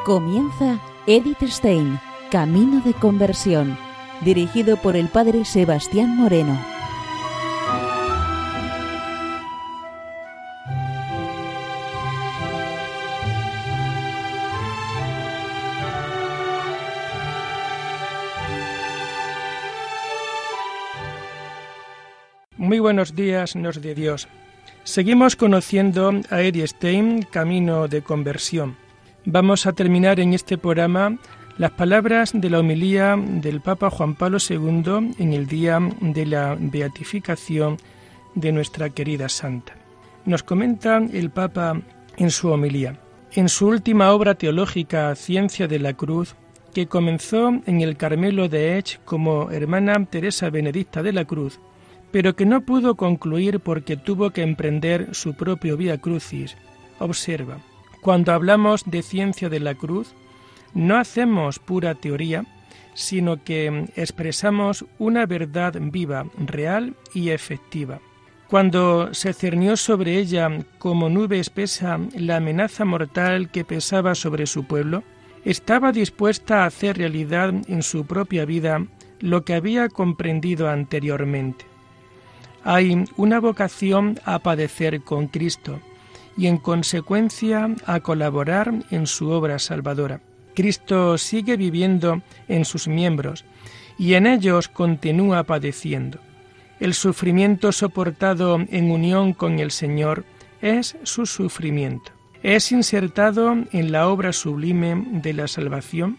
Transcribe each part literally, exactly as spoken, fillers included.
Comienza Edith Stein, Camino de Conversión, dirigido por el Padre Sebastián Moreno. Muy buenos días, nos de Dios. Seguimos conociendo a Edith Stein, Camino de Conversión. Vamos a terminar en este programa las palabras de la homilía del Papa Juan Pablo segundo en el día de la beatificación de nuestra querida santa. Nos comenta el Papa en su homilía: en su última obra teológica, Ciencia de la Cruz, que comenzó en el Carmelo de Ech como hermana Teresa Benedicta de la Cruz, pero que no pudo concluir porque tuvo que emprender su propio Vía Crucis, observa: cuando hablamos de ciencia de la cruz, no hacemos pura teoría, sino que expresamos una verdad viva, real y efectiva. Cuando se cernió sobre ella como nube espesa la amenaza mortal que pesaba sobre su pueblo, estaba dispuesta a hacer realidad en su propia vida lo que había comprendido anteriormente. Hay una vocación a padecer con Cristo y en consecuencia a colaborar en su obra salvadora. Cristo sigue viviendo en sus miembros y en ellos continúa padeciendo. El sufrimiento soportado en unión con el Señor es su sufrimiento. Es insertado en la obra sublime de la salvación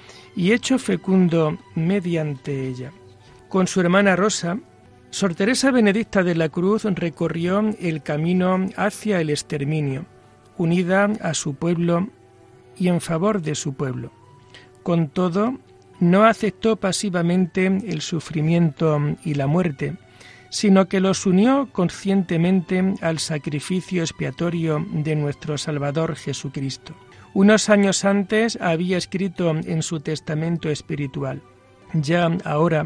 y hecho fecundo mediante ella. Con su hermana Rosa, Sor Teresa Benedicta de la Cruz recorrió el camino hacia el exterminio, unida a su pueblo y en favor de su pueblo. Con todo, no aceptó pasivamente el sufrimiento y la muerte, sino que los unió conscientemente al sacrificio expiatorio de nuestro Salvador Jesucristo. Unos años antes había escrito en su testamento espiritual: ya ahora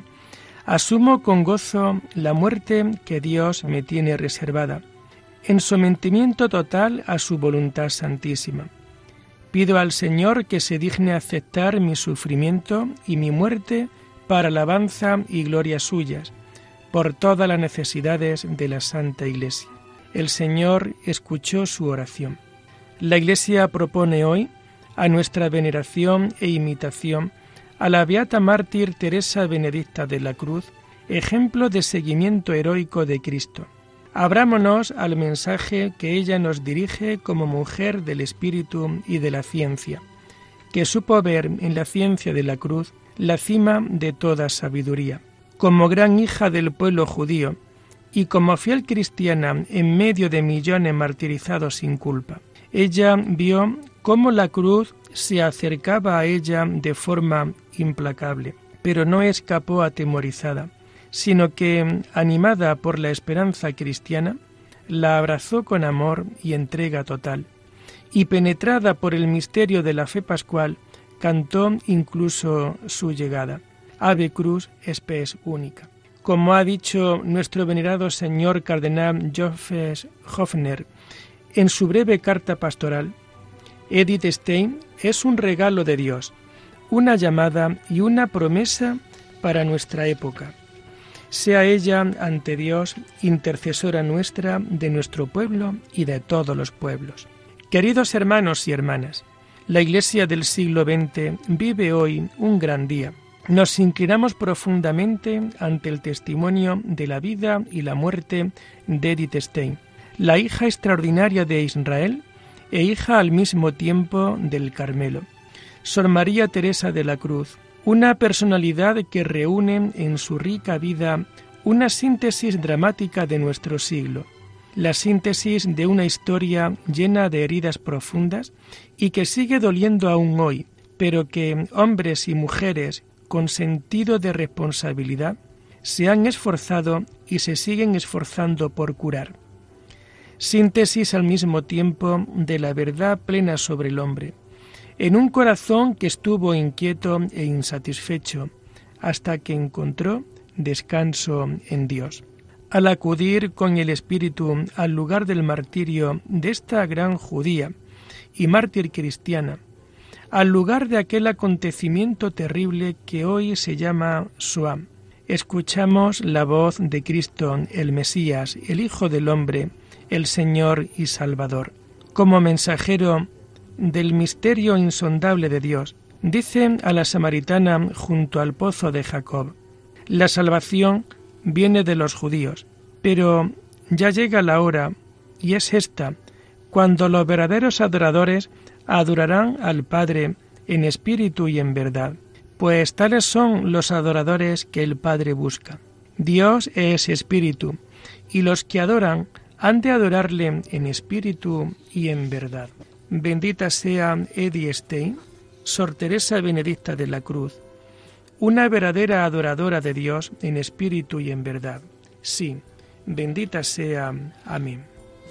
asumo con gozo la muerte que Dios me tiene reservada, en sometimiento total a su voluntad santísima. Pido al Señor que se digne aceptar mi sufrimiento y mi muerte para alabanza y gloria suyas, por todas las necesidades de la Santa Iglesia. El Señor escuchó su oración. La Iglesia propone hoy a nuestra veneración e imitación a la beata mártir Teresa Benedicta de la Cruz, ejemplo de seguimiento heroico de Cristo. Abrámonos al mensaje que ella nos dirige como mujer del espíritu y de la ciencia, que supo ver en la ciencia de la cruz la cima de toda sabiduría. Como gran hija del pueblo judío y como fiel cristiana en medio de millones martirizados sin culpa, ella vio cómo la cruz se acercaba a ella de forma implacable, pero no escapó atemorizada, sino que, animada por la esperanza cristiana, la abrazó con amor y entrega total, y penetrada por el misterio de la fe pascual, cantó incluso su llegada: Ave Cruz spes unica. Como ha dicho nuestro venerado señor cardenal Joseph Hofner en su breve carta pastoral, Edith Stein es un regalo de Dios, una llamada y una promesa para nuestra época. Sea ella ante Dios intercesora nuestra, de nuestro pueblo y de todos los pueblos. Queridos hermanos y hermanas, la Iglesia del siglo veinte vive hoy un gran día. Nos inclinamos profundamente ante el testimonio de la vida y la muerte de Edith Stein, la hija extraordinaria de Israel e hija al mismo tiempo del Carmelo. Sor María Teresa de la Cruz, una personalidad que reúne en su rica vida una síntesis dramática de nuestro siglo, la síntesis de una historia llena de heridas profundas y que sigue doliendo aún hoy, pero que hombres y mujeres con sentido de responsabilidad se han esforzado y se siguen esforzando por curar. Síntesis al mismo tiempo de la verdad plena sobre el hombre, en un corazón que estuvo inquieto e insatisfecho, hasta que encontró descanso en Dios. Al acudir con el Espíritu al lugar del martirio de esta gran judía y mártir cristiana, al lugar de aquel acontecimiento terrible que hoy se llama Shoah. Escuchamos la voz de Cristo, el Mesías, el Hijo del Hombre, el Señor y Salvador. Como mensajero del misterio insondable de Dios, dice a la samaritana junto al pozo de Jacob: la salvación viene de los judíos, pero ya llega la hora, y es esta, cuando los verdaderos adoradores adorarán al Padre en espíritu y en verdad, pues tales son los adoradores que el Padre busca. Dios es espíritu, y los que adoran han de adorarle en espíritu y en verdad. Bendita sea Edith Stein, Sor Teresa Benedicta de la Cruz, una verdadera adoradora de Dios en espíritu y en verdad. Sí, bendita sea. Amén.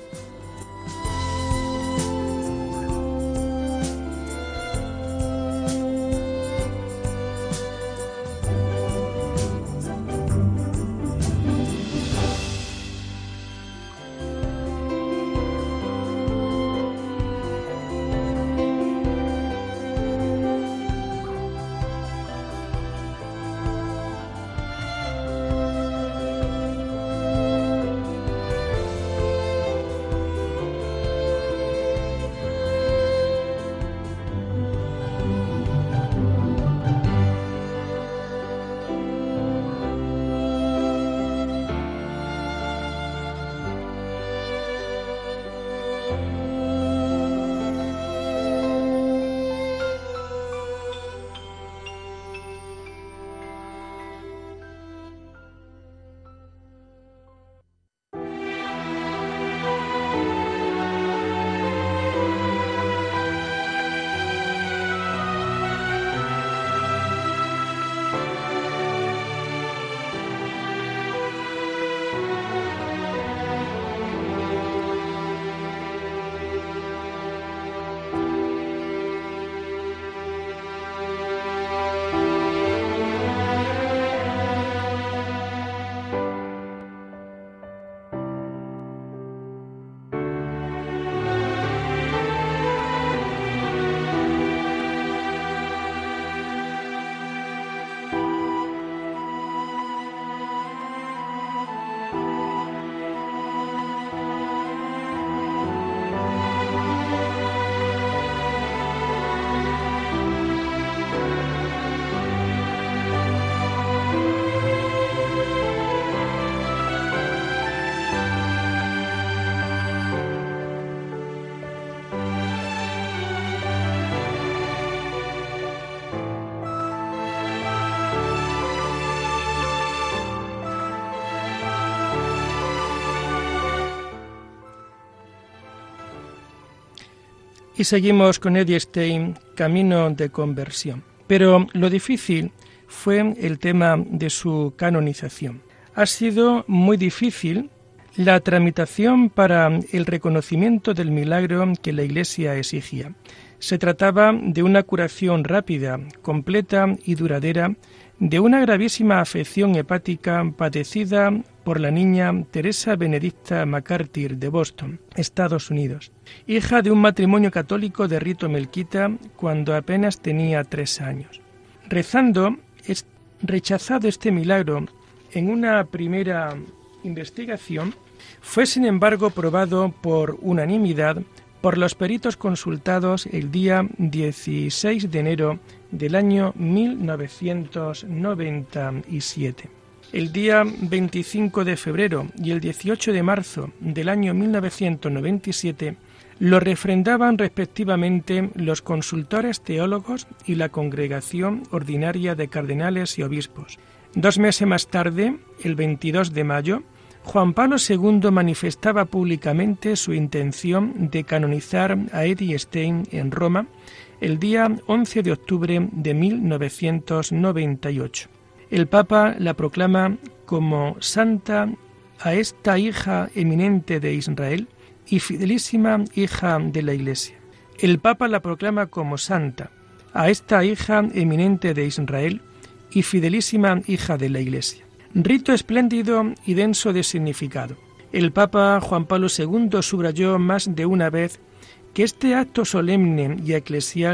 Y seguimos con Edith Stein, Camino de Conversión. Pero lo difícil fue el tema de su canonización. Ha sido muy difícil la tramitación para el reconocimiento del milagro que la Iglesia exigía. Se trataba de una curación rápida, completa y duradera de una gravísima afección hepática padecida por la niña Teresa Benedicta McCarthy de Boston, Estados Unidos, hija de un matrimonio católico de rito melquita cuando apenas tenía tres años. Rezando, es rechazado este milagro en una primera investigación, fue sin embargo probado por unanimidad por los peritos consultados el día dieciséis de enero del año mil novecientos noventa y siete. El día veinticinco de febrero y el dieciocho de marzo del año mil novecientos noventa y siete lo refrendaban respectivamente los consultores teólogos y la Congregación Ordinaria de Cardenales y Obispos. Dos meses más tarde, el veintidós de mayo, Juan Pablo segundo manifestaba públicamente su intención de canonizar a Edith Stein en Roma el día once de octubre de mil novecientos noventa y ocho. El Papa la proclama como santa a esta hija eminente de Israel y fidelísima hija de la Iglesia. El Papa la proclama como santa a esta hija eminente de Israel y fidelísima hija de la Iglesia. Rito espléndido y denso de significado. El Papa Juan Pablo segundo subrayó más de una vez que este acto solemne y eclesial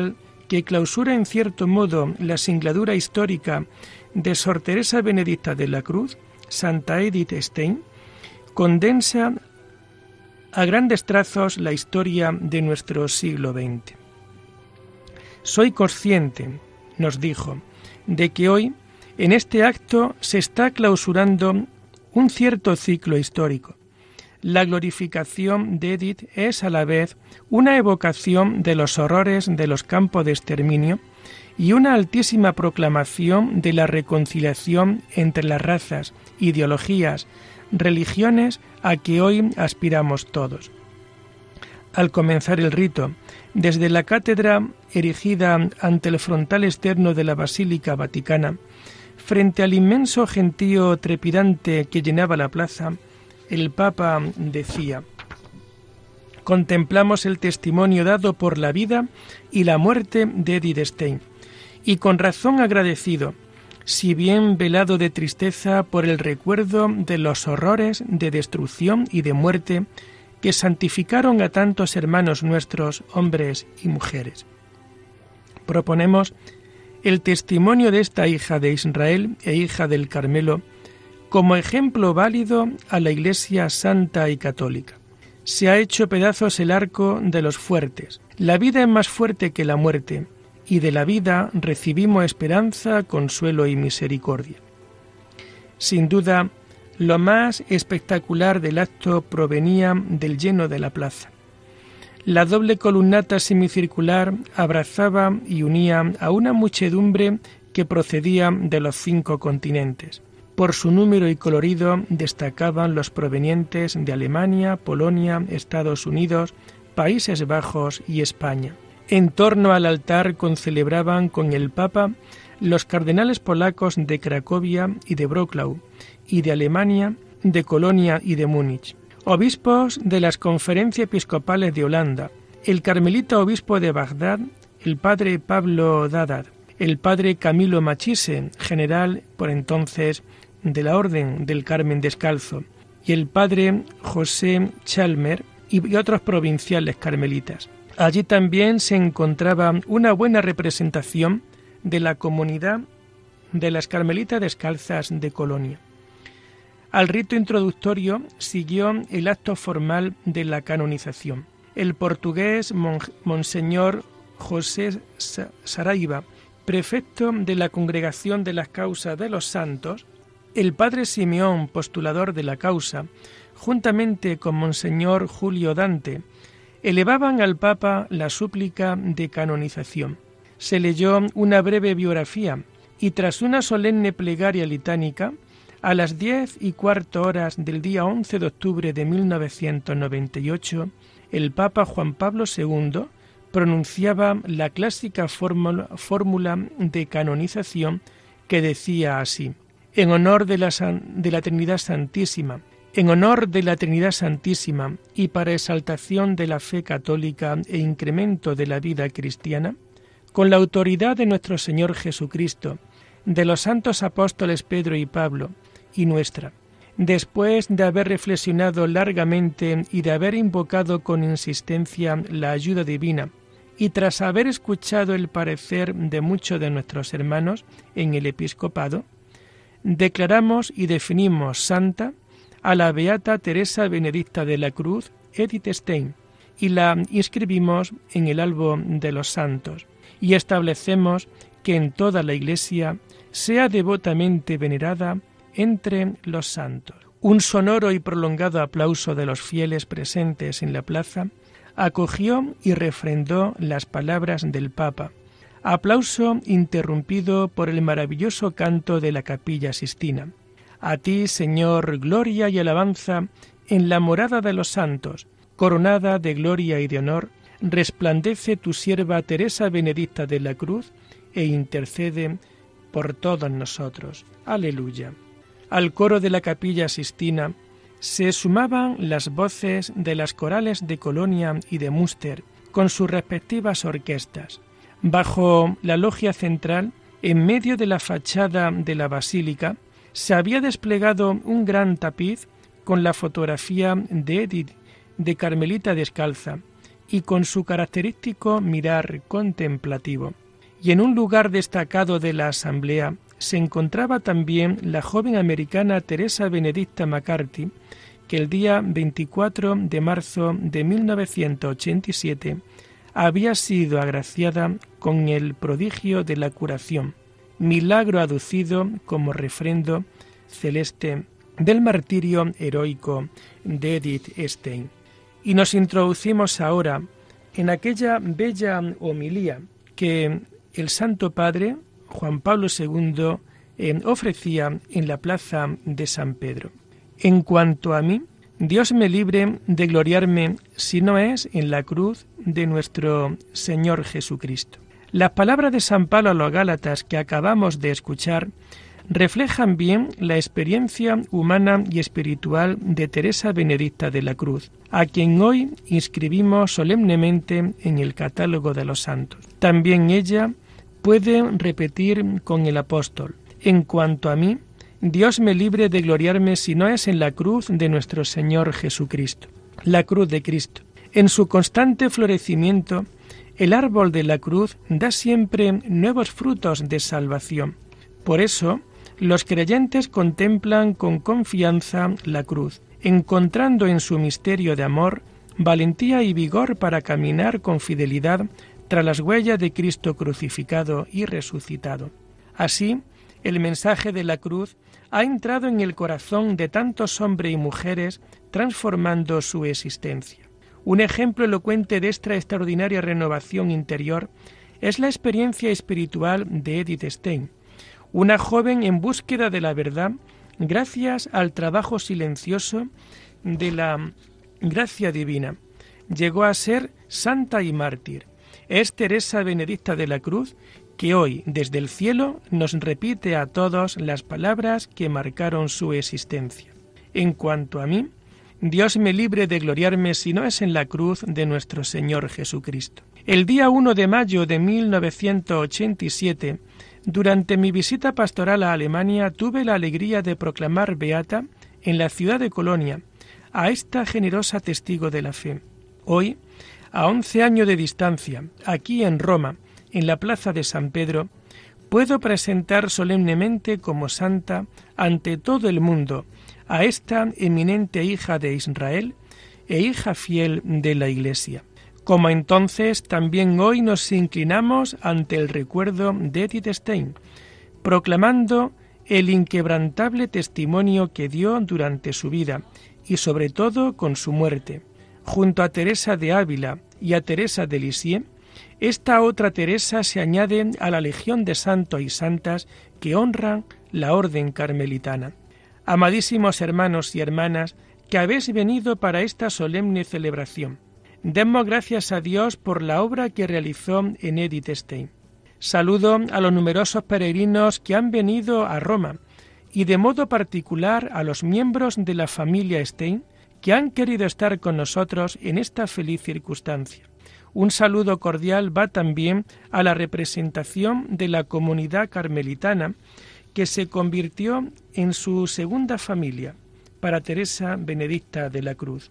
que clausura en cierto modo la singladura histórica de Sor Teresa Benedicta de la Cruz, Santa Edith Stein, condensa a grandes trazos la historia de nuestro siglo veinte. Soy consciente, nos dijo, de que hoy, en este acto, se está clausurando un cierto ciclo histórico. La glorificación de Edith es a la vez una evocación de los horrores de los campos de exterminio y una altísima proclamación de la reconciliación entre las razas, ideologías, religiones a que hoy aspiramos todos. Al comenzar el rito, desde la cátedra erigida ante el frontal externo de la Basílica Vaticana, frente al inmenso gentío trepidante que llenaba la plaza, el Papa decía: contemplamos el testimonio dado por la vida y la muerte de Edith Stein, y con razón agradecido, si bien velado de tristeza por el recuerdo de los horrores de destrucción y de muerte que santificaron a tantos hermanos nuestros, hombres y mujeres. Proponemos el testimonio de esta hija de Israel e hija del Carmelo como ejemplo válido a la Iglesia santa y católica. Se ha hecho pedazos el arco de los fuertes. La vida es más fuerte que la muerte, y de la vida recibimos esperanza, consuelo y misericordia. Sin duda, lo más espectacular del acto provenía del lleno de la plaza. La doble columnata semicircular abrazaba y unía a una muchedumbre que procedía de los cinco continentes. Por su número y colorido destacaban los provenientes de Alemania, Polonia, Estados Unidos, Países Bajos y España. En torno al altar concelebraban con el Papa los cardenales polacos de Cracovia y de Wrocław, y de Alemania, de Colonia y de Múnich, obispos de las conferencias episcopales de Holanda, el carmelita obispo de Bagdad, el padre Pablo Dadad, el padre Camilo Machise, general por entonces de la Orden del Carmen Descalzo, y el padre José Chalmer y otros provinciales carmelitas. Allí también se encontraba una buena representación de la comunidad de las carmelitas descalzas de Colonia. Al rito introductorio siguió el acto formal de la canonización. El portugués Mon- Monseñor José Saraiva, prefecto de la Congregación de las Causas de los Santos, el padre Simeón, postulador de la causa, juntamente con Monseñor Julio Dante, elevaban al Papa la súplica de canonización. Se leyó una breve biografía y tras una solemne plegaria litánica, a las diez y cuarto horas del día once de octubre de mil novecientos noventa y ocho, el Papa Juan Pablo segundo pronunciaba la clásica fórmula, fórmula de canonización que decía así: en honor de la, de la Trinidad Santísima, en honor de la Trinidad Santísima y para exaltación de la fe católica e incremento de la vida cristiana, con la autoridad de nuestro Señor Jesucristo, de los santos apóstoles Pedro y Pablo, y nuestra, después de haber reflexionado largamente y de haber invocado con insistencia la ayuda divina, y tras haber escuchado el parecer de muchos de nuestros hermanos en el episcopado, declaramos y definimos santa a la beata Teresa Benedicta de la Cruz, Edith Stein, y la inscribimos en el álbum de los santos, y establecemos que en toda la Iglesia sea devotamente venerada entre los santos. Un sonoro y prolongado aplauso de los fieles presentes en la plaza acogió y refrendó las palabras del Papa, aplauso interrumpido por el maravilloso canto de la Capilla Sistina. A ti, Señor, gloria y alabanza en la morada de los santos, coronada de gloria y de honor, resplandece tu sierva Teresa Benedicta de la Cruz e intercede por todos nosotros. Aleluya. Al coro de la Capilla Sistina se sumaban las voces de las corales de Colonia y de Münster, con sus respectivas orquestas. Bajo la logia central, en medio de la fachada de la basílica, se había desplegado un gran tapiz con la fotografía de Edith, de Carmelita descalza, y con su característico mirar contemplativo. Y en un lugar destacado de la asamblea se encontraba también la joven americana Teresa Benedicta McCarthy, que el día veinticuatro de marzo de mil novecientos ochenta y siete había sido agraciada con el prodigio de la curación, milagro aducido como refrendo celeste del martirio heroico de Edith Stein. Y nos introducimos ahora en aquella bella homilía que el Santo Padre Juan Pablo segundo eh, ofrecía en la plaza de San Pedro. En cuanto a mí, Dios me libre de gloriarme si no es en la cruz de nuestro Señor Jesucristo. Las palabras de San Pablo a los Gálatas que acabamos de escuchar reflejan bien la experiencia humana y espiritual de Teresa Benedicta de la Cruz, a quien hoy inscribimos solemnemente en el catálogo de los santos. También ella puede repetir con el apóstol: en cuanto a mí, Dios me libre de gloriarme si no es en la cruz de nuestro Señor Jesucristo. La cruz de Cristo. En su constante florecimiento, el árbol de la cruz da siempre nuevos frutos de salvación. Por eso, los creyentes contemplan con confianza la cruz, encontrando en su misterio de amor valentía y vigor para caminar con fidelidad tras las huellas de Cristo crucificado y resucitado. Así, el mensaje de la cruz ha entrado en el corazón de tantos hombres y mujeres, transformando su existencia. Un ejemplo elocuente de esta extraordinaria renovación interior es la experiencia espiritual de Edith Stein, una joven en búsqueda de la verdad gracias al trabajo silencioso de la gracia divina. Llegó a ser santa y mártir. Es Teresa Benedicta de la Cruz, que hoy, desde el cielo, nos repite a todos las palabras que marcaron su existencia. En cuanto a mí, Dios me libre de gloriarme si no es en la cruz de nuestro Señor Jesucristo. El día primero de mayo de mil novecientos ochenta y siete, durante mi visita pastoral a Alemania, tuve la alegría de proclamar beata en la ciudad de Colonia a esta generosa testigo de la fe. Hoy, a once años de distancia, aquí en Roma, en la plaza de San Pedro, puedo presentar solemnemente como santa ante todo el mundo a esta eminente hija de Israel e hija fiel de la Iglesia. Como entonces, también hoy nos inclinamos ante el recuerdo de Edith Stein, proclamando el inquebrantable testimonio que dio durante su vida y sobre todo con su muerte. Junto a Teresa de Ávila y a Teresa de Lisieux, esta otra Teresa se añade a la legión de santos y santas que honran la orden carmelitana. Amadísimos hermanos y hermanas que habéis venido para esta solemne celebración, demos gracias a Dios por la obra que realizó en Edith Stein. Saludo a los numerosos peregrinos que han venido a Roma y de modo particular a los miembros de la familia Stein que han querido estar con nosotros en esta feliz circunstancia. Un saludo cordial va también a la representación de la comunidad carmelitana que se convirtió en su segunda familia para Teresa Benedicta de la Cruz.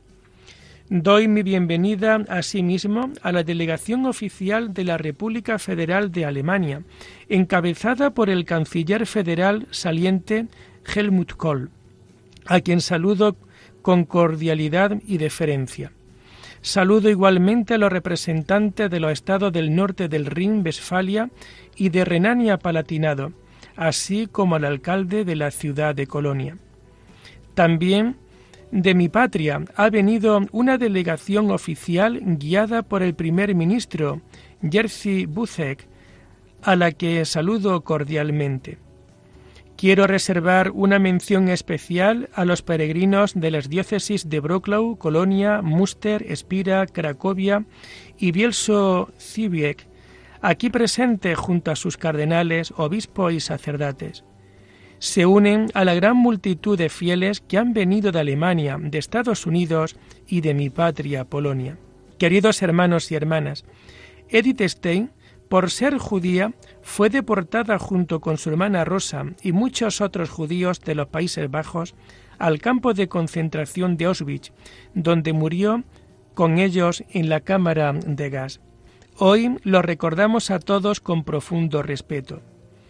Doy mi bienvenida asimismo a la delegación oficial de la República Federal de Alemania, encabezada por el canciller federal saliente Helmut Kohl, a quien saludo con cordialidad y deferencia. Saludo igualmente a los representantes de los estados del norte del Rin-Westfalia y de Renania-Palatinado, así como al alcalde de la ciudad de Colonia. También de mi patria ha venido una delegación oficial guiada por el primer ministro, Jerzy Buzek, a la que saludo cordialmente. Quiero reservar una mención especial a los peregrinos de las diócesis de Wrocław, Colonia, Münster, Espira, Cracovia y Bielsko-Biała, aquí presentes junto a sus cardenales, obispos y sacerdotes. Se unen a la gran multitud de fieles que han venido de Alemania, de Estados Unidos y de mi patria, Polonia. Queridos hermanos y hermanas, Edith Stein, por ser judía, fue deportada junto con su hermana Rosa y muchos otros judíos de los Países Bajos al campo de concentración de Auschwitz, donde murió con ellos en la cámara de gas. Hoy lo recordamos a todos con profundo respeto.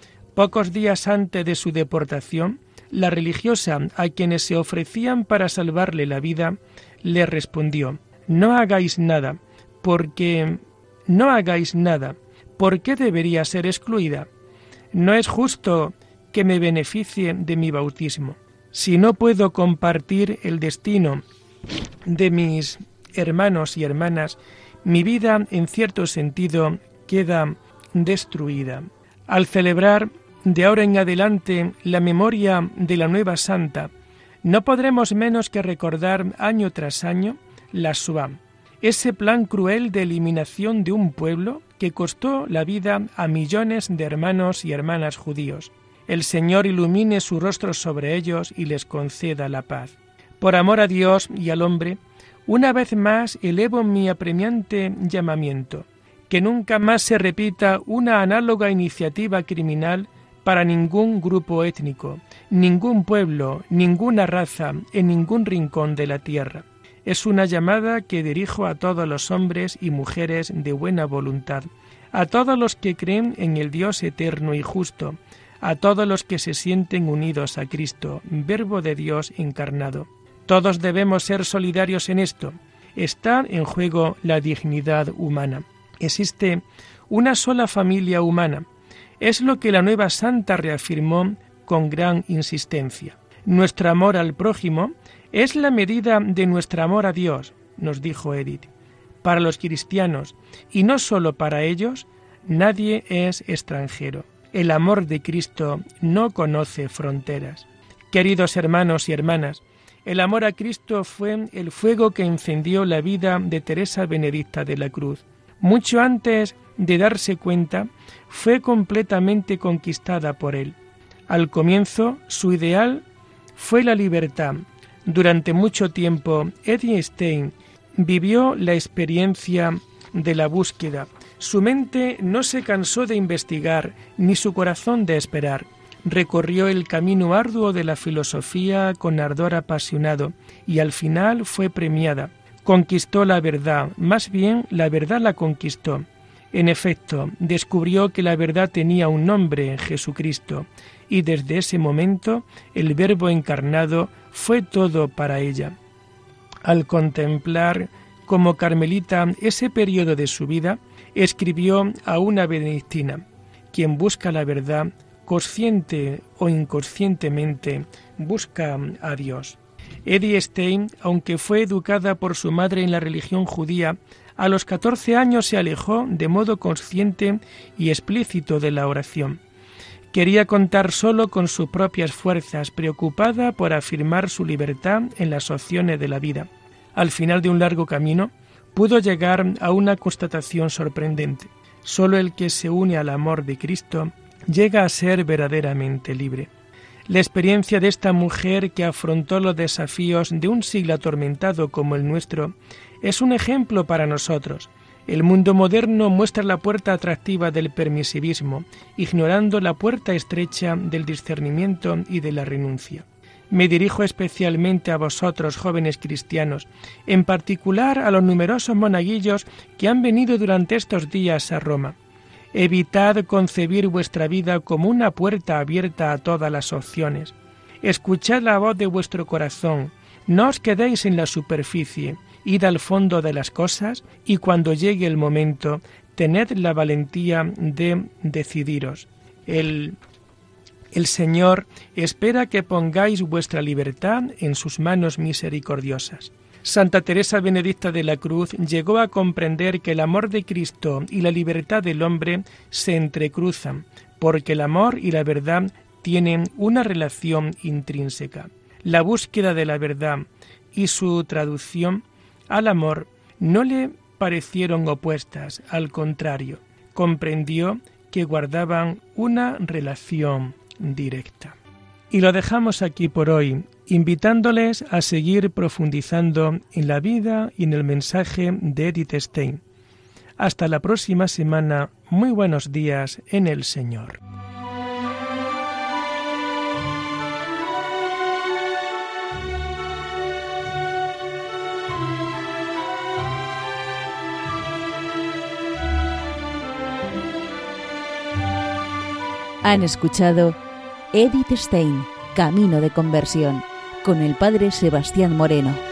Pocos días antes de su deportación, la religiosa a quienes se ofrecían para salvarle la vida le respondió: «No hagáis nada, porque... no hagáis nada. ¿Por qué debería ser excluida? No es justo que me beneficie de mi bautismo. Si no puedo compartir el destino de mis hermanos y hermanas, mi vida, en cierto sentido, queda destruida». Al celebrar de ahora en adelante la memoria de la nueva santa, no podremos menos que recordar año tras año la Shoah, ese plan cruel de eliminación de un pueblo que costó la vida a millones de hermanos y hermanas judíos. El Señor ilumine su rostro sobre ellos y les conceda la paz. Por amor a Dios y al hombre, una vez más elevo mi apremiante llamamiento: que nunca más se repita una análoga iniciativa criminal para ningún grupo étnico, ningún pueblo, ninguna raza, en ningún rincón de la tierra. Es una llamada que dirijo a todos los hombres y mujeres de buena voluntad, a todos los que creen en el Dios eterno y justo, a todos los que se sienten unidos a Cristo, Verbo de Dios encarnado. Todos debemos ser solidarios en esto. Está en juego la dignidad humana. Existe una sola familia humana. Es lo que la nueva santa reafirmó con gran insistencia. Nuestro amor al prójimo es la medida de nuestro amor a Dios, nos dijo Edith. Para los cristianos, y no solo para ellos, nadie es extranjero. El amor de Cristo no conoce fronteras. Queridos hermanos y hermanas, el amor a Cristo fue el fuego que encendió la vida de Teresa Benedicta de la Cruz. Mucho antes de darse cuenta, fue completamente conquistada por él. Al comienzo, su ideal fue la libertad. Durante mucho tiempo, Edith Stein vivió la experiencia de la búsqueda. Su mente no se cansó de investigar, ni su corazón de esperar. Recorrió el camino arduo de la filosofía con ardor apasionado y al final fue premiada. Conquistó la verdad, más bien la verdad la conquistó. En efecto, descubrió que la verdad tenía un nombre, Jesucristo, y desde ese momento el Verbo encarnado fue todo para ella. Al contemplar como carmelita ese periodo de su vida, escribió a una benedictina: quien busca la verdad, consciente o inconscientemente, busca a Dios. Edith Stein, aunque fue educada por su madre en la religión judía, a los catorce años se alejó de modo consciente y explícito de la oración. Quería contar solo con sus propias fuerzas, preocupada por afirmar su libertad en las opciones de la vida. Al final de un largo camino, pudo llegar a una constatación sorprendente. Solo el que se une al amor de Cristo llega a ser verdaderamente libre. La experiencia de esta mujer que afrontó los desafíos de un siglo atormentado como el nuestro es un ejemplo para nosotros. El mundo moderno muestra la puerta atractiva del permisivismo, ignorando la puerta estrecha del discernimiento y de la renuncia. Me dirijo especialmente a vosotros, jóvenes cristianos, en particular a los numerosos monaguillos que han venido durante estos días a Roma. Evitad concebir vuestra vida como una puerta abierta a todas las opciones. Escuchad la voz de vuestro corazón, no os quedéis en la superficie, id al fondo de las cosas y cuando llegue el momento, tened la valentía de decidiros. El, el Señor espera que pongáis vuestra libertad en sus manos misericordiosas. Santa Teresa Benedicta de la Cruz llegó a comprender que el amor de Cristo y la libertad del hombre se entrecruzan, porque el amor y la verdad tienen una relación intrínseca. La búsqueda de la verdad y su traducción al amor no le parecieron opuestas, al contrario, comprendió que guardaban una relación directa. Y lo dejamos aquí por hoy, invitándoles a seguir profundizando en la vida y en el mensaje de Edith Stein. Hasta la próxima semana, muy buenos días en el Señor. Han escuchado Edith Stein, Camino de Conversión, con el padre Sebastián Moreno.